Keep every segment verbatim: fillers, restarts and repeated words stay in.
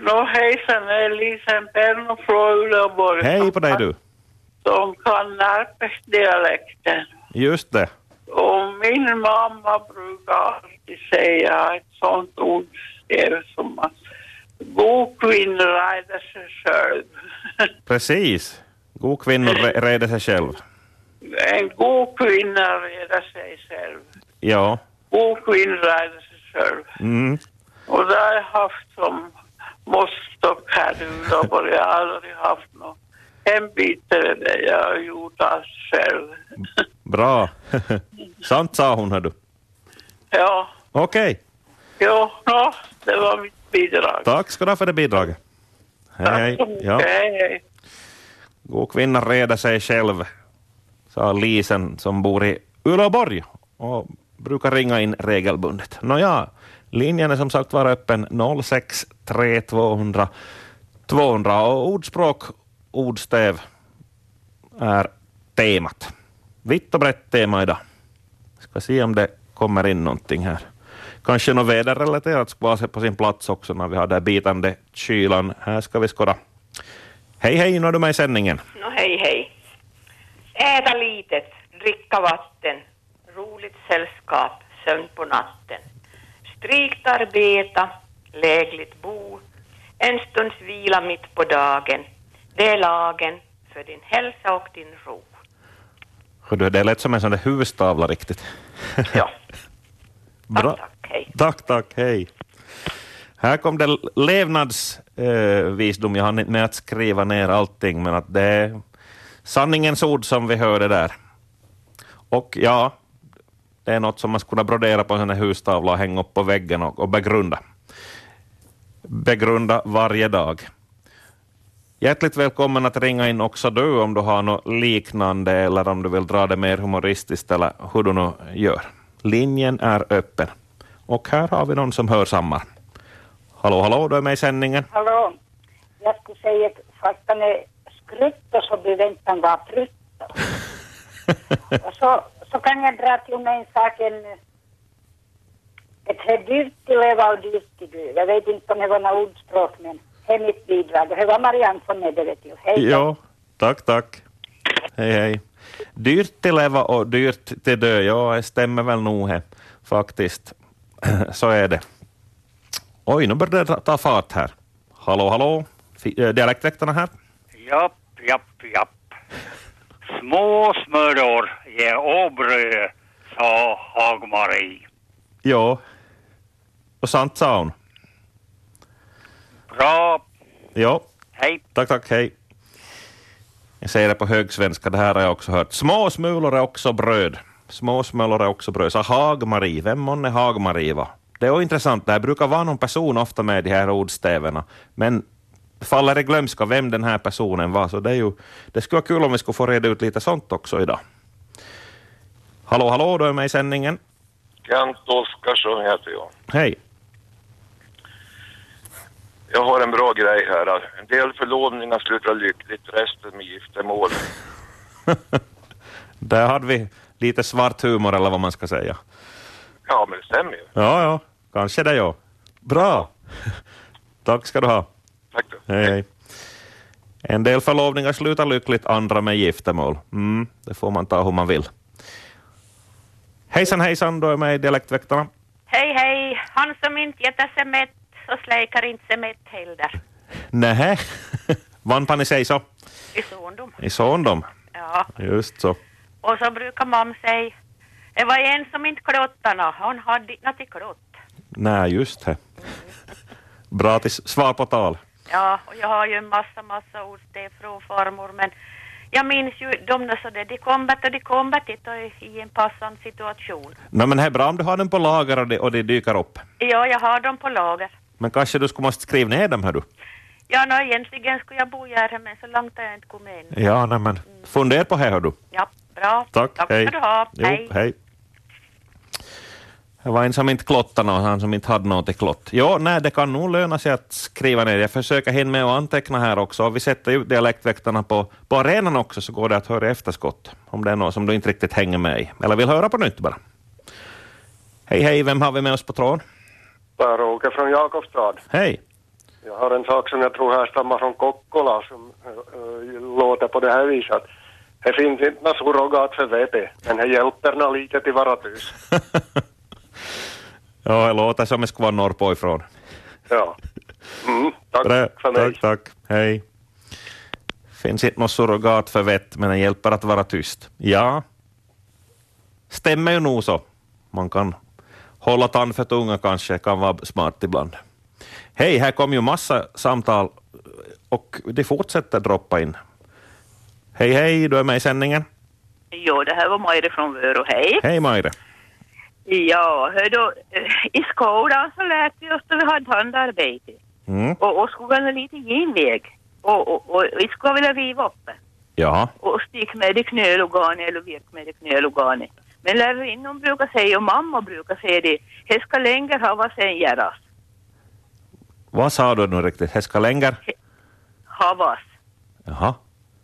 Nå hejsan, Elisen Perno från Uleåborg. Hej på dig du. De kan Närpes-dialekten. Just det. Och min mamma brukar alltid säga ett sånt ordstäv som att god kvinna räddar sig själv. Precis. God kvinna re- räddar sig själv. En god kvinna räddar sig själv. Ja. God kvinna räddar sig själv. Mm. Och det har jag haft som måttstock här i Uleåborg. Jag har aldrig haft något hembyte där jag har gjort allt själv. Bra. Sant sa hon, hör du. Ja. Okej. Okay. Jo, no, det var mitt bidrag. Tack ska du ha för det bidraget. Hej, hej. Ja. Hej, hej. God kvinna reda sig själv, sa Lisen som bor i Uleåborg och brukar ringa in regelbundet. Nåja, linjen är som sagt var öppen noll sex tre tvåhundra tvåhundra och ordspråk, ordstäv är temat. Vitt och brett tema idag. Ska se om det kommer in någonting här. Kanske något väderrelaterat ska vara på sin plats också när vi har där bitande kylan. Här ska vi skåda. Hej, hej, nu är du med i sändningen. No, hej, hej. Äta litet, dricka vatten, roligt sällskap, sömn på natten. Strikt arbeta, lägligt bo, en stunds vila mitt på dagen. Det är lagen för din hälsa och din ro. Hördu, det lät som en sån där hustavla riktigt. Ja. Bra. Tack, tack, hej. Tack, tack, hej. Här kom det levnadsvisdom. Eh, jag har inte med att skriva ner allting, men att det är sanningens ord som vi hörde där. Och ja, det är något som man skulle brodera på en sån här hustavla och hänga upp på väggen och, och begrunda. Begrunda varje dag. Hjärtligt välkommen att ringa in också du om du har något liknande eller om du vill dra det mer humoristiskt eller hur du nu gör. Linjen är öppen. Och här har vi någon som hör samma. Hallå, hallå, du är med i sändningen. Hallå, jag skulle säga att fast han är skrutt och så blir väntan vara prutta. Och så, så kan jag dra till med en sak, en, ett här dyrt till leva och dyrt till du. Jag vet inte om det var några ordspråk, men det är mitt bidrag. Det var Marianne från Meddelet. Hej. Ja, tack, tack. Hej, hej. Dyrt till leva och dyrt till dö. Ja, det stämmer väl nog här, faktiskt. Så är det. Oj, nu börjar det ta fart här. Hallå, hallå. Dialektväktarna här. Japp, japp, japp. Små smöror ger åbröd, sa Hagmarie. Ja. Och sant sa hon. Bra. Ja. Hej. Tack, tack, hej. Jag säger det på högsvenska, det här har jag också hört. Små smulor är också bröd. Små smulor är också bröd. Så Hagmarie, vem månne Hagmarie var? Det är intressant, det brukar vara någon person ofta med de här ordstäverna. Men faller det glömska vem den här personen var, så det är ju, det skulle vara kul om vi skulle få reda ut lite sånt också idag. Hallå, hallå, du är med i sändningen. Kent Oskarsson heter jag. Hej. Jag har en bra grej här. En del förlovningar slutar lyckligt, resten med giftermål. Där hade vi lite svart humor eller vad man ska säga. Ja, men det stämmer ju. Ja, ja. Kanske det, ja. Bra. Tack ska du ha. Tack då. Hej, hej. En del förlovningar slutar lyckligt, andra med giftermål. Mm, det får man ta hur man vill. Hejsan, hejsan, du är med i Dialektväktarna. Hej, hej. Han som inte äter sig mätt så släkar inte sig mätt heller. Nähä. Vann pan i sig så? I sondom. I sondom? Ja. Just så. Och så brukar mamma säga, det var en som inte klottade, hon hade inte till klott. Nej, just det. Bra till svar på tal. Ja, och jag har ju en massa, massa ordstäv från farmor, men jag minns ju de så det, de kommer och de kommer till i en passande situation. Nej, men det är bra om du har den på lager och de, och de dyker upp. Ja, jag har dem på lager. Men kanske du skulle måste skriva ner dem, hör du? Ja, no, egentligen skulle jag bo här, men så långt har jag inte kommit in. Ja, nej, men fundera på det, hör du. Ja, bra. Tack, Tack hej. ska du ha. Jo, hej. hej. Det var en som inte klottade något, han som inte hade något till klott. Jo, nej, det kan nog löna sig att skriva ner. Jag försöker hinna med att anteckna här också. Vi sätter ut dialektväktarna på, på arenan också, så går det att höra efterskott. Om det är något som du inte riktigt hänger med i. Eller vill höra på nytt bara. Hej, hej, vem har vi med oss på tråden? Per-Åke från Jakobstad. Hej. Jag har en sak som jag tror härstammar från Kokkola som äh, låter på det här viset. Det finns inte något surrogat för V P, men det hjälper något lite till vara tyst. Ja, det låter som det skulle vara norrpå ifrån. Ja. Mm, tack Bra, för mig. tack, tack. Hej. Finns inte något surrogat för vett, men det hjälper att vara tyst. Ja, stämmer ju nog så. Man kan hålla tand för tunga kanske, kan vara smart ibland. Hej, här kommer ju massa samtal och det fortsätter droppa in. Hej, hej, du är med i sändningen. Jo, det här var Majre från Vörå. Hej. Hej, Majre. Ja, hör då, i skolan så lät vi oss att vi hade handarbete. Mm. Och, och skolan är lite genväg. Och, och, och vi skulle vilja riva upp det. Ja. Och stick med det knölorganet eller virk med det knölorganet. Men lärarinnan brukar säga och mamma brukar säga det. Det ska längre ha vad sen göras. Vad sa du nu riktigt? Det ska längre? Ha vad. Jaha.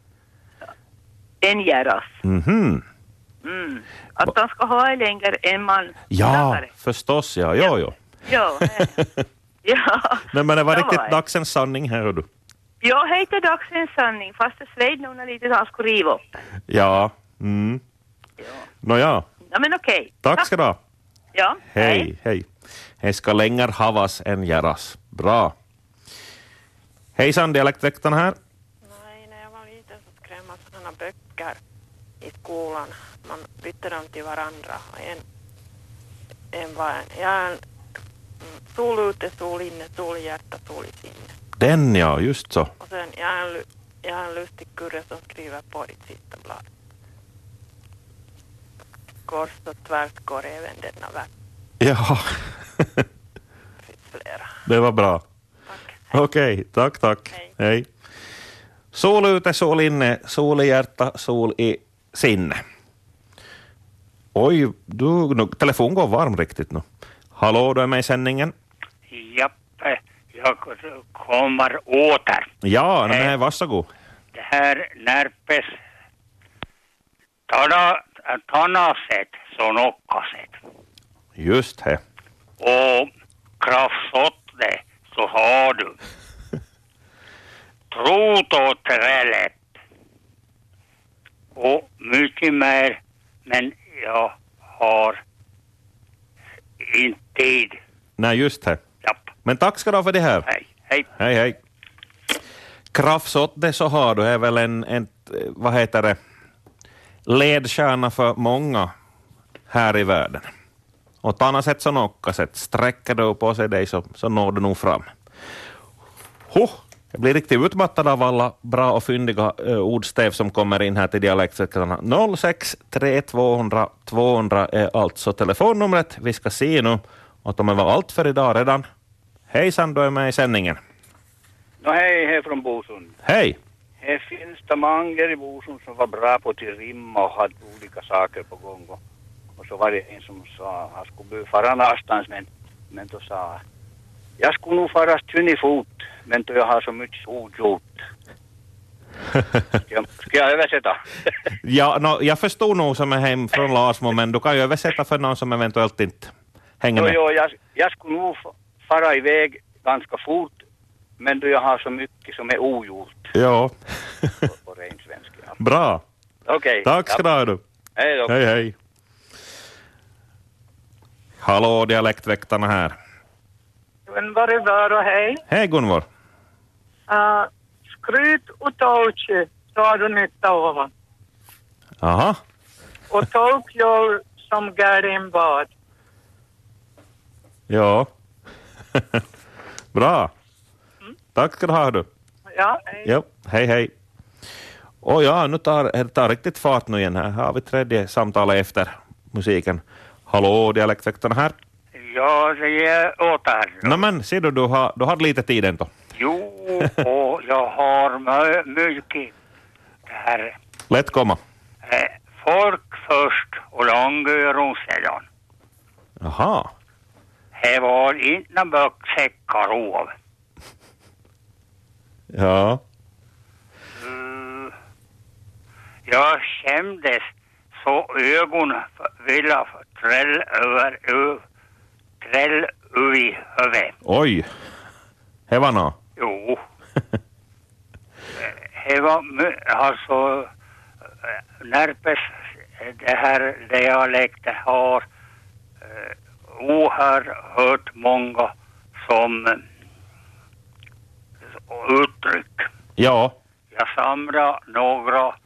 En göras. Mhm. Mm. Att de ska ha längre än man... Ja, lagare. förstås, ja. Jo, jo. Ja, ja. Nej, men det var Så riktigt var det. dagsens sanning här, hör du. Jag heter dagsens sanning, fast det sved nog lite att han skulle riva upp. Ja. Mm. Ja. Nåja, Ja, men okej. tack ska du ha. Ja, Hej, hej. Det ska längre havas än göras. Bra. Hejsan, dialektväktarna här. Nej, när jag var liten så skrev man sådana böcker i skolan. Man bytte dem till varandra. En, en var en, ja, en mm, sol ute, sol inne, sol i hjärta, sol i sinne. Den ja, just så. Och sen jag har en, lu- jag har en lustig kurre som skriver på ditt sista blad. Kors och tvärt går även denna värld. Ja, Finns flera. det var bra. Tack. Okej, tack, tack. Hej. Hej. Sol ute, sol inne, sol i hjärta, sol i sinne. Oj, du, nu, telefon går varm riktigt nu. Hallå, du är med i sändningen? Japp, jag kommer åter. Ja, Hej. nej, varsågod. Det här närpes tana, tanaset så nokkaset. Just det. Och krafsotte så har du. Trototrälet. Och mycket mer, men jag har inte tid. Nej, just det. Japp, Men tack ska du ha för det här. hej, hej. Hej, hej. Krafsåt så har du är väl en, en, vad heter det, ledstjärna för många här i världen. Och på annat sätt så nocka sätt, sträcker du på sig dig så, så når du nog fram. Huh, jag blir riktigt utmattad av alla bra och fyndiga uh, ordstäv som kommer in här till dialektväktarna. noll sex tre två noll noll två noll noll är alltså telefonnumret. Vi ska se nu att de var allt för idag redan. Hejsan, du är med i sändningen. No, hej, hej från Bosund. Hej. Här finns det många i Bosund som var bra på att rimma och hade olika saker på gång. Och, och så var det en som sa att han skulle fara någonstans, men, men då sa jag skulle nog fara stund i fot, men då jag har så mycket ogjort. Ska jag, ska jag översätta? Ja, no, jag förstod nog som är hem från Lasmo, men du kan ju översätta för någon som eventuellt inte hänger Jo, med. jo, jag, jag skulle nog fara iväg ganska fort, men då jag har så mycket som är ogjort Ja, på, på ren svenska. Ja. bra. Okej. Tack ska du ha, du. Hej då. Hej, hej. Hallå, dialektväktarna här. Gunvor i Vörå, hej. Hej, Gunvor. Uh, skryt och touche, så har du nytta av. Aha. Och tolk gör som Gärin bad. Ja. Bra. Tack ska du ha, du. Ja, hej. Ja, hej, hej. Och ja, nu tar det tar riktigt fart nu igen. Här har vi tredje samtalet efter musiken. Hallå, dialektväktarna här. Ja, det är åter. No, men ser du, du har, du har lite tid ändå. Jo, och jag har mö- mycket det här. Lätt komma. Eh, folk först och långöron sedan. Aha. Det var inte böcksäckar av. Ja. Mm. Jag kändes så ögonen ville träll över ö, träll över i huvudet. Oj. Det var nå. Jo. Det var alltså Närpes det här dialekten har eh, oerhört många som eh, uttryck. Ja. Jag samlar några eh,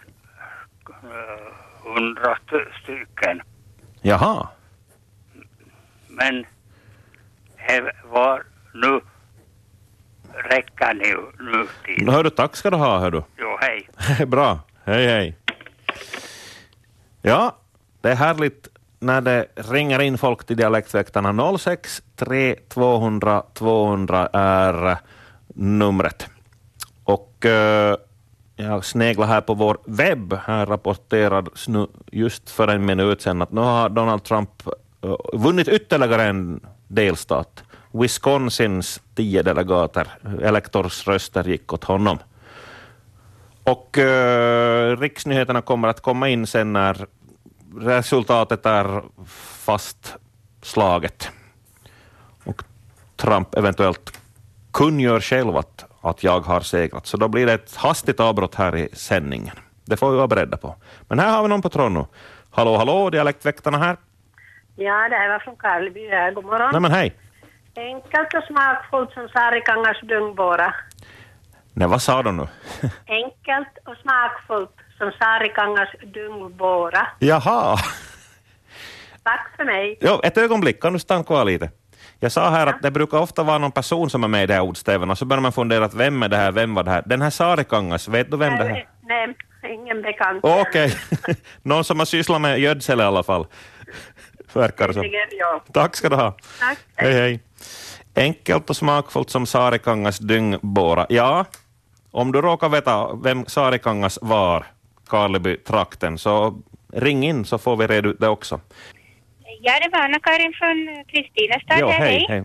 hundra stycken. Jaha. Men det var nu räcker nu, nu till. Hör du, tack ska du ha, hör du. Jo, hej. Bra, hej hej. Ja, det är härligt när det ringer in folk till Dialektväktarna. noll sex tre tvåhundra tvåhundra är numret. Och uh, jag sneglar här på vår webb. Här rapporterades nu just för en minut sedan att nu har Donald Trump uh, vunnit ytterligare en delstat. Wisconsins tio delegater, elektorsröster gick åt honom. Och uh, riksnyheterna kommer att komma in sen när resultatet är fastslaget. Och Trump eventuellt kungör själv att, att jag har segrat. Så då blir det ett hastigt avbrott här i sändningen. Det får vi vara beredda på. Men här har vi någon på tråden nu. Hallå, hallå, Dialektväktarna här. Ja, det här var från Karleby här. God morgon. Nej men hej. Enkelt och smakfullt som Sarikangars dungbåra. Nej, vad sa du nu? Enkelt och smakfullt som Sarikangars dungbåra. Jaha. Tack för mig. Jo, ett ögonblick, kan du stanna kvar lite? Jag sa här ja. Att det brukar ofta vara någon person som är med i det här ordstäven och så börjar man fundera att vem är det här, vem var det här? Den här Sarikangas, vet du vem nej, det här? Nej, ingen bekant. Okej, okay. Någon som har sysslat med gödsel i alla fall. Verkar som. Ja. Tack ska du ha. Tack. Hej, hej. Enkelt och smakfullt som Sarikangas dyngbåra. Ja, om du råkar veta vem Sarikangas var, Karleby-trakten, så ring in så får vi reda ut det också. Ja, det var Anna-Karin från Kristinestad. Jo, hej, hej.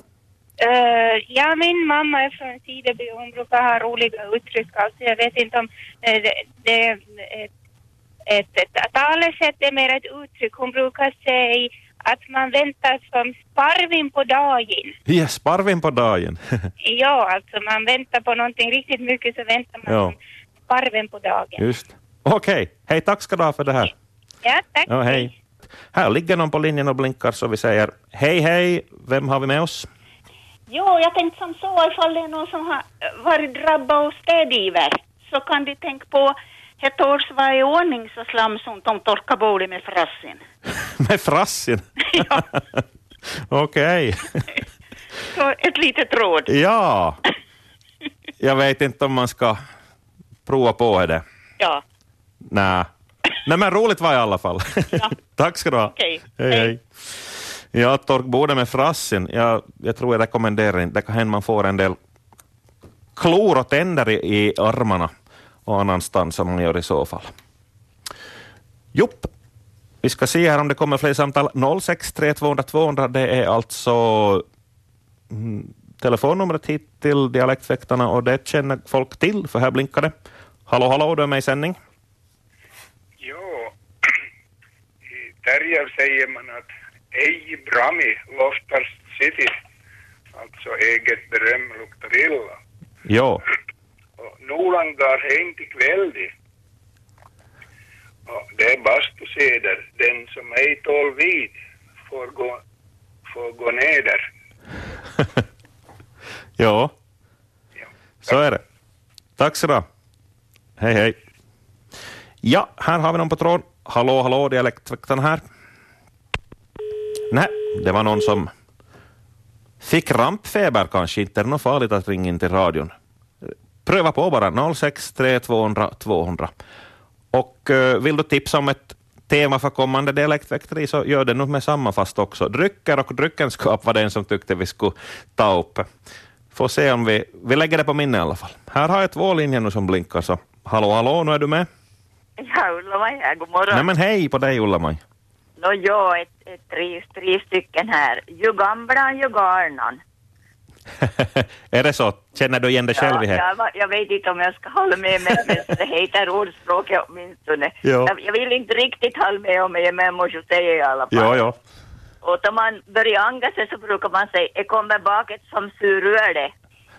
Uh, ja, min mamma är från Sideby och hon brukar ha roliga uttryck. Alltså, jag vet inte om uh, det, det är ett, ett, ett talesätt är mer ett uttryck. Hon brukar säga att man väntar som sparvin på dagen. Ja, sparvin på dagen. Ja, alltså man väntar på någonting riktigt mycket så väntar man ja. som sparvin på dagen. Just. Okej, okay. Hej, tack ska du ha för det här. Ja, tack. Ja, hej. Här ligger någon på linjen och blinkar så vi säger hej, hej. Vem har vi med oss? Jo, jag tänkte som så, ifall det är någon som har varit drabbad av städiver så kan de tänka på ett års var i ordning så slam som de torkar bordet med frassin. Med frassin? Ja. Okej. Okay. Så ett litet råd. Ja. Jag vet inte om man ska prova på det. Ja. Nej. Nej, men roligt var i alla fall. Ja. Tack ska du ha. Okej. Hej, hej. Ja, tork bordet med frassin. Jag, jag tror jag rekommenderar inte. Det kan hända man får en del klor och tänder i, i armarna och annanstans som man gör i så fall. Jupp. Vi ska se här om det kommer fler samtal. noll sex tre tvåhundra tvåhundra, det är alltså mm, telefonnumret hit till Dialektväktarna och det känner folk till för här blinkar det. Hallå, hallå, du är med i sändning. Jo, i Terrier säger man att ej brami loftar city, alltså eget beröm luktar illa. Jo. Och Nolangar är inte kväldig. Och det är bastuseder. Den som ej tål vid får gå, får gå neder. Jo. Ja, så är det. Tack så du. Hej, hej. Ja, här har vi någon på tråd. Hallå, hallå, Dialektväktarna här. Nej, det var någon som fick rampfeber kanske. Inte är det något farligt att ringa in till radion. Pröva på bara noll sex tre tvåhundra tvåhundra. Och uh, vill du tipsa om ett tema för kommande Dialektväkteri så gör det nu med samma fast också. Drycker och dryckenskap var den som tyckte vi skulle ta upp. Får se om vi, vi lägger det på minne i alla fall. Här har jag två linjer nu som blinkar så hallå, hallå, nu är du med? Ja, Ulla-Maj här, god morgon. Nej men hej på dig Ulla-Maj. Nå ja, ett, ett, tre, tre stycken här. Ju gamla, ju garnan. Är det så? Känner du igen dig själv i här? Ja, jag, jag vet inte om jag ska hålla med, men, men det heter ordspråket åtminstone. Jag, jag vill inte riktigt hålla med om det, men jag måste säga i alla fall. Ja, ja. Och om man börjar anga sig så brukar man säga, jag kommer baket som suröle.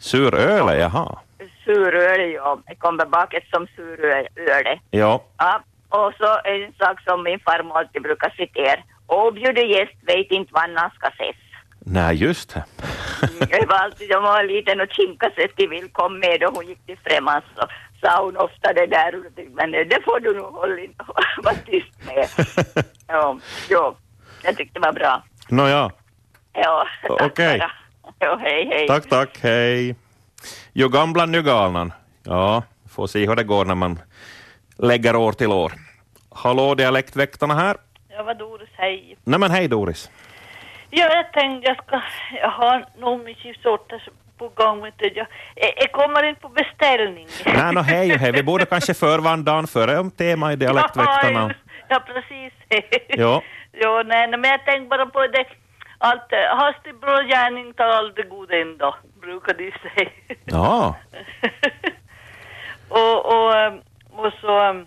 Suröle, jaha. Suröl, ja. Det kommer baket som suröl. Ja. Ja. Och så en sak som min farmor alltid brukar citera. Objuden gäst vet inte vad han ska ses. Nej, just det. Det var alltid, jag var liten och kinkade sig till Willkom med och hon gick till främmans så sa hon ofta det där. Men det får du nog hålla in och vara tyst med. Ja, ja, jag tyckte det var bra. Nåja. Ja, okej. Okay. Ja, hej, hej. Tack, tack, hej. Jo gamla nu galnan. Ja, får se hur det går när man lägger år till år. Hallå, dialektväktarna här. Ja, vad Doris, hej. Nej men hej Doris. Ja, jag tänkte jag ska, jag har nog mycket sorter på gång. Vet du. Jag, jag kommer in på beställning. Nej, no, hej, hej. Vi borde kanske förvarna dagen före om tema i dialektväktarna. Ja, ja precis. Ja. Ja, nej, men jag tänkte bara på det. Allt, hastig bra gärning tar aldrig god ändå, brukar de säga. Ja. och, och, och så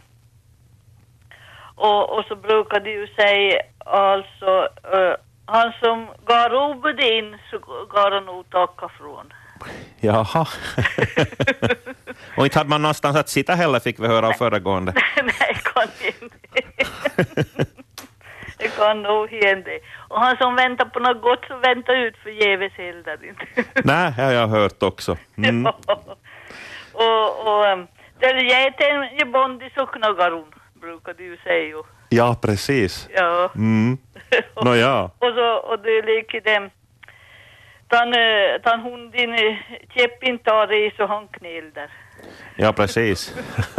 och, och så brukar de ju säga alltså uh, han som går obud in så går han nog tacka från. Jaha. Och inte hade man någonstans att sitta heller, fick vi höra av föregående. Nej, kan inte. Det kan nog hända. Och han som väntar på något gott så väntar ut för jäves heller inte. Nej, det har jag hört också. Mm. Ja. Och, och det är jätten i bondi så knaggar hon, brukar du ju säga. Ja, precis. Ja. Mm. Nå ja. Och, så, och det är lika dem. Tan, tan hon din käpp tar i så han knäl där. Ja, precis.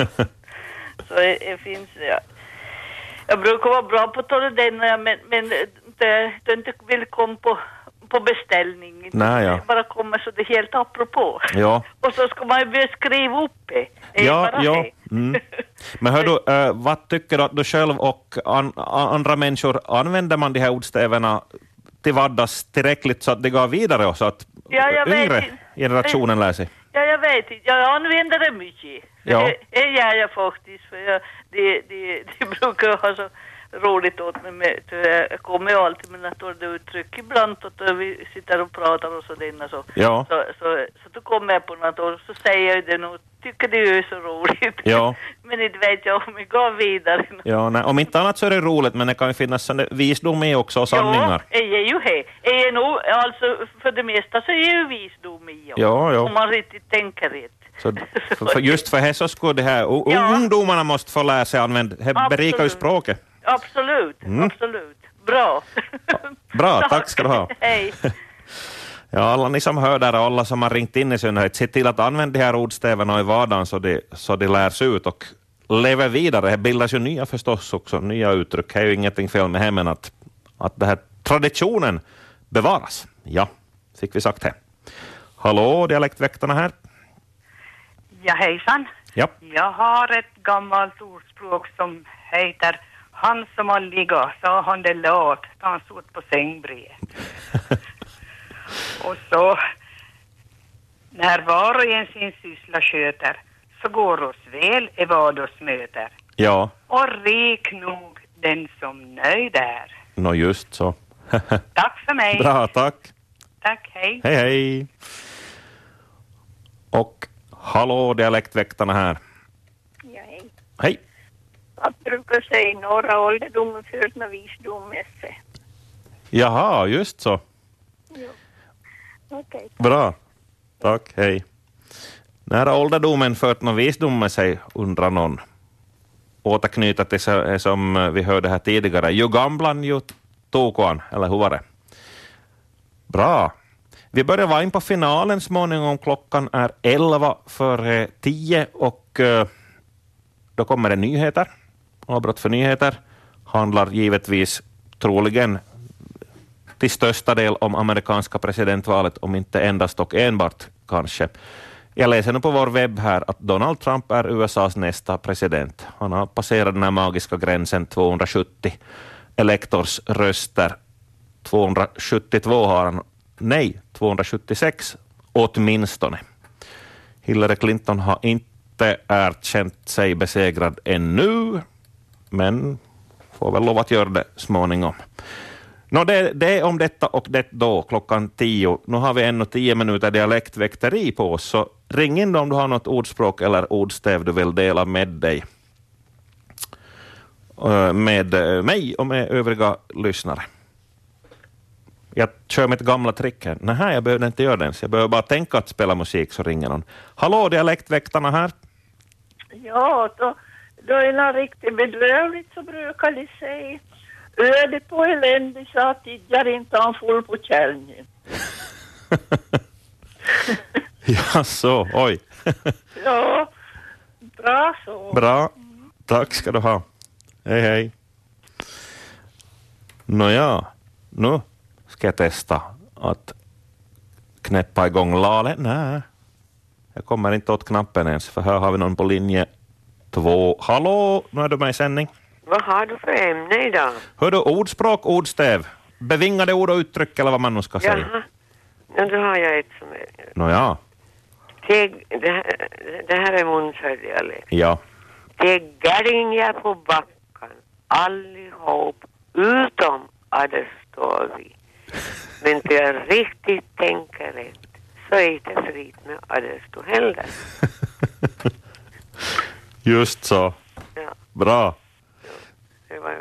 Så det, det finns, ja. Jag brukar vara bra på att ta den, men, men det, det inte vill komma på, på beställning. Nej, ja. Det bara kommer så det är helt apropå. Ja. Och så ska man ju börja skriva upp det. det ja, ja. Mm. Men hör du, äh, vad tycker du att du själv och an, andra människor, använder man de här ordstäverna till vardags tillräckligt så att det går vidare och så att ja, jag yngre vet. generationen lär sig? Ja, jag vet inte. Jag använder det mycket. Ja. Det, det gör jag faktiskt. För jag, det, det, det brukar ha så roligt åt mig. Med, jag kommer ju alltid med något uttryck ibland. Och vi sitter och pratar och sådär. Så, ja. så, så, så då kommer jag på något och så säger jag det nog. Tycker det är så roligt. Ja. Men inte vet jag om vi går vidare. Ja, nej. Om inte annat så är det roligt, men det kan ju finnas visdom med också och sanningar. Ja, det är ju det. Det är nog, alltså för det mesta så är ju visdom i. Ja, ja. Om man riktigt tänker rätt. Så för, för just för det så skulle det här, o, ja. ungdomarna måste få lära sig använda, det berikar ju språket. Absolut, mm. absolut. Bra. Bra, tack. tack ska du ha. Hej. Ja, alla ni som hör där och alla som har ringt in i synnerhet, se till att använda de här ordstäverna i vardagen så de, så de lärs ut och lever vidare. Det bildas ju nya förstås också, nya uttryck. Det är ju ingenting fel med hemmen att, att den här traditionen bevaras. Ja, fick vi sagt det. Hallå, dialektväktarna här. Ja, hejsan. Ja. Jag har ett gammalt ordspråk som heter han som har liggat, sa han det låt, han sot på sängbrevet. Och så, när var och en sin syssla sköter, så går oss väl i vad oss möter. Ja. Och rik nog den som nöjd är. Nå just så. Tack för mig. Bra, tack. Tack, hej. Hej, hej. Och hallå, dialektväktarna här. Ja, hej. Hej. Jag brukar säga några ålderdomar för med visdom med sig. Jaha, just så. Ja. Okay. Bra. Tack, hej. När har ålderdomen fört någon visdom med sig, undrar någon. Återknyta till det som vi hörde här tidigare. Ju gamlan, ju tokoan, eller hur var det? Bra. Vi börjar vara in på finalen småningom. Klockan är elva för tio och uh, då kommer det nyheter. Avbrott för nyheter handlar givetvis troligen till största del om amerikanska presidentvalet, om inte endast och enbart kanske. Jag läser nu på vår webb här att Donald Trump är U S A:s nästa president. Han har passerat den här magiska gränsen tvåhundrasjuttio elektorsröster. tvåhundrasjuttiotvå har han, nej, tvåhundrasjuttiosex åtminstone. Hillary Clinton har inte erkänt sig besegrad ännu, men får väl lov att göra det småningom. No, det, det är om detta och det då, klockan tio. Nu har vi ännu tio minuter dialektväkteri på oss, så ring in då om du har något ordspråk eller ordstäv du vill dela med dig. Med mig och med övriga lyssnare. Jag kör mitt gamla trick här. Nej, jag behöver inte göra det ens. Jag behöver bara tänka att spela musik så ringer någon. Hallå, dialektväktarna här. Ja, då, då är det riktigt bedrövligt så brukar de säga öde på elände så att tidjar inte han full på kärningen. Ja, så. Oj. Ja, bra så. Bra. Tack ska du ha. Hej, hej. Nåja, nu ska jag testa att knäppa igång Lale. Nej, jag kommer inte åt knappen ens, för här har vi någon på linje två. Hallå, nu är du med i sändning. Vad har du för ämne idag? Hör du, ordspråk, ordstäv, bevingade ord och uttryck eller vad man nu ska säga. Jaha, ja, då har jag ett som är... Nåja. Det, det, här, det här är Munsö-dialekt. Ja. Det är gärningar på backen, allihop, utom att det står vi. Men det är riktigt tänker rätt, så är det fritt med att det står heller. Just så. Ja. Bra. Ja, det var...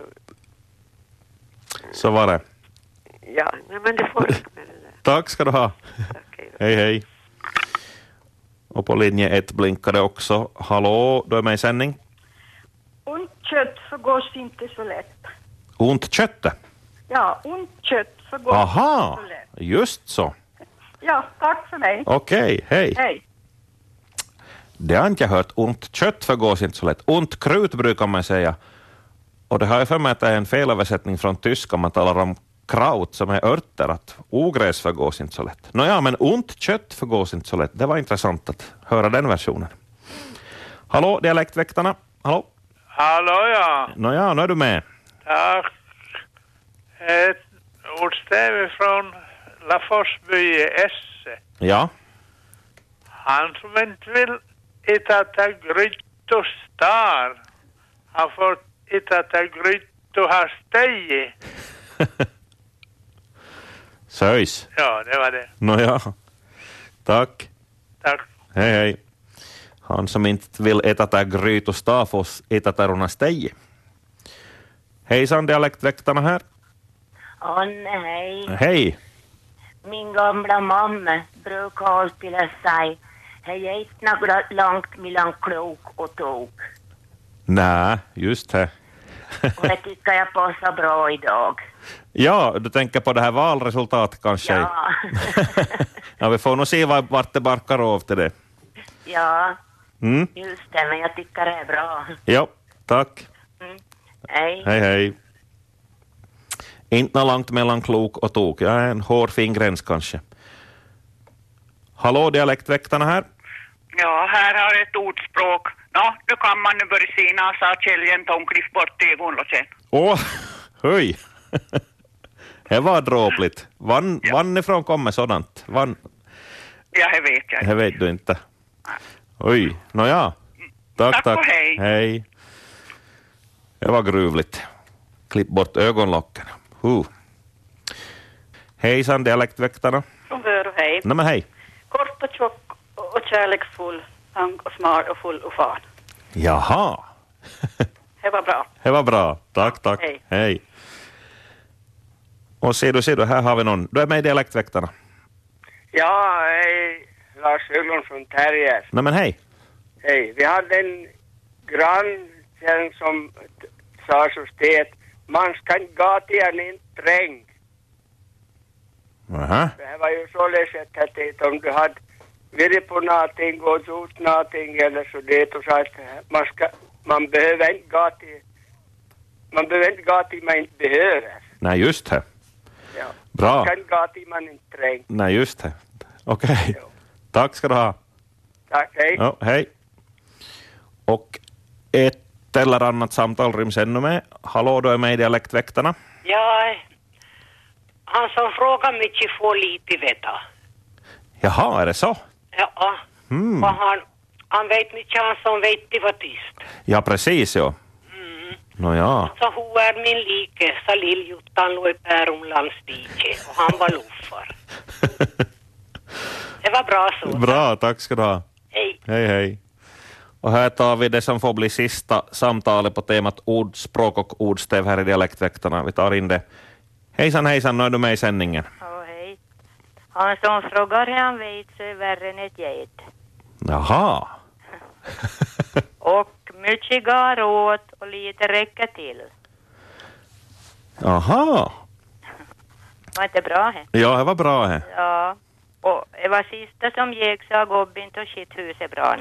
Så var det. Ja, nej, men det får jag med det där. Tack ska du ha. Okej, hej, hej. Och på linje ett blinkade också. Hallå, du är med i sändning. Ont kött förgås inte så lätt. Ont kött? Ja, ont kött förgås Aha, inte så lätt. just så. Ja, tack för mig. Okej, hej. Hej. Det har inte jag hört. Ont kött förgås inte så lätt. Ont krut brukar man säga. Och det har jag för mig att det är en felöversättning från tyska. Man talar om kraut som är örter. Att ogräs förgås inte så lätt. Nåja, men ont kött förgås inte så lätt. Det var intressant att höra den versionen. Hallå, dialektväktarna. Hallå. Hallå, ja. Nåja, nu är du med. Tack. Ett ordstäv från Laforsby i Esse. Ja. Han som inte vill äta ta gryt och star, han får äta ta gryt och ha steg. Söjs. Ja, det var det. Nåja. Tack. Tack. Hej, hej. Han som inte vill äta där gryt och stav får äta där hon har steg. Hejsan, dialektväktarna här. Åh nej. Hej. Min gamla mamma brukar alltid säga hej, är inte något långt mellan klok och tok. Nej, just det. Och det tycker jag passar bra idag. Ja, du tänker på det här valresultatet kanske? Ja. Ja, vi får nog se vart det barkar av till det. Ja, Mm. just det, men jag tycker det är bra. Ja, tack. Mm. Hej. Hej, hej. Inte långt mellan klok och tok. Ja, en hårfin gräns kanske. Hallå, dialektväktarna här. Ja, här har ett ordspråk. Nå, nu kan man nu börja sina, sa Kjelljen Tomkliff bort i Gunlåsen. Åh, höj. Det var dråpligt. Vann, ja. Vannifrån kommer sådant. Vann. Ja, det vet jag. Det vet du inte. Oj, nåja. Tack, tack. tack. Och hej. Hej. Det var gruvligt. Klipp bort ögonlocken. Huh. Hejsan, dialektväktarna. Från Vör och hej. Nej, men hej. Kort och tjock och kärleksfull, tank och smal och full och fan. Jaha. Det var bra. Det var bra. Tack, tack. Hej. Hej. Och ser du, ser du, här har vi någon. Du är med i dialektväktarna. Ja, hej. Lars Höglund från Terrier. Nej, men hej. Hej. Vi hade en grann sen som t- sa så stät, man ska inte gå till en inträng. Aha. Det här var ju så läsigt att det, om du hade varit på någonting och gjort någonting eller så det och så att man ska, man behöver inte gå till, man behöver inte gå till man inte behöver. Nej, just det. Ja. Bra. Man kan gå till man inte träng. Nej, just det. Okej. Okay. Tack ska du ha. Tack, hej. Ja, hej. Och ett eller annat samtal ryms ännu med. Hallå, du är med i dialektväktarna. Ja, han som frågar mycket får lite veta. Jaha, är det så? Ja, Mm. och han, han vet mycket, han som vet det var tyst. Ja, precis, ja. Mm. Nå ja. Så hon är min like, sa Lill-Juttan låg i Pärumlands dike och han var luffar. Det var bra så. Bra, tack ska du ha. Hej. Hej, hej. Och här tar vi det som får bli sista samtalet på temat ordspråk och ordstäv här i Dialektväktarna. Vi tar in det. Hejsan, hejsan, nu är du med i sändningen. Ja, hej. Han som frågar hur han vet så är värre än ett get. Jaha. Och mycket går åt och lite räcker till. Jaha. Var inte bra här? Ja, det var bra här. Ja. Och det var sista som gick så har gobben och skithuset brann.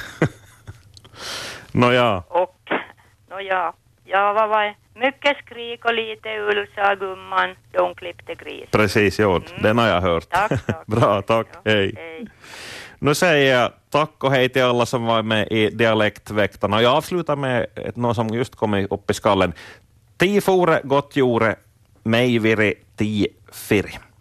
Nåja. Och, nåja. Ja, vad var det? Mycket skrik och lite ull, sa gumman. De klippte gris. Precis, jo. Mm. Den har jag hört. Tack, tack. Bra, tack. Ja, hej. hej. Nu säger jag tack och hej till alla som var med i Dialektväktarna. Och jag avslutar med något som just kommit upp i skallen. Tifore, gott jore, meiviri, tifiri.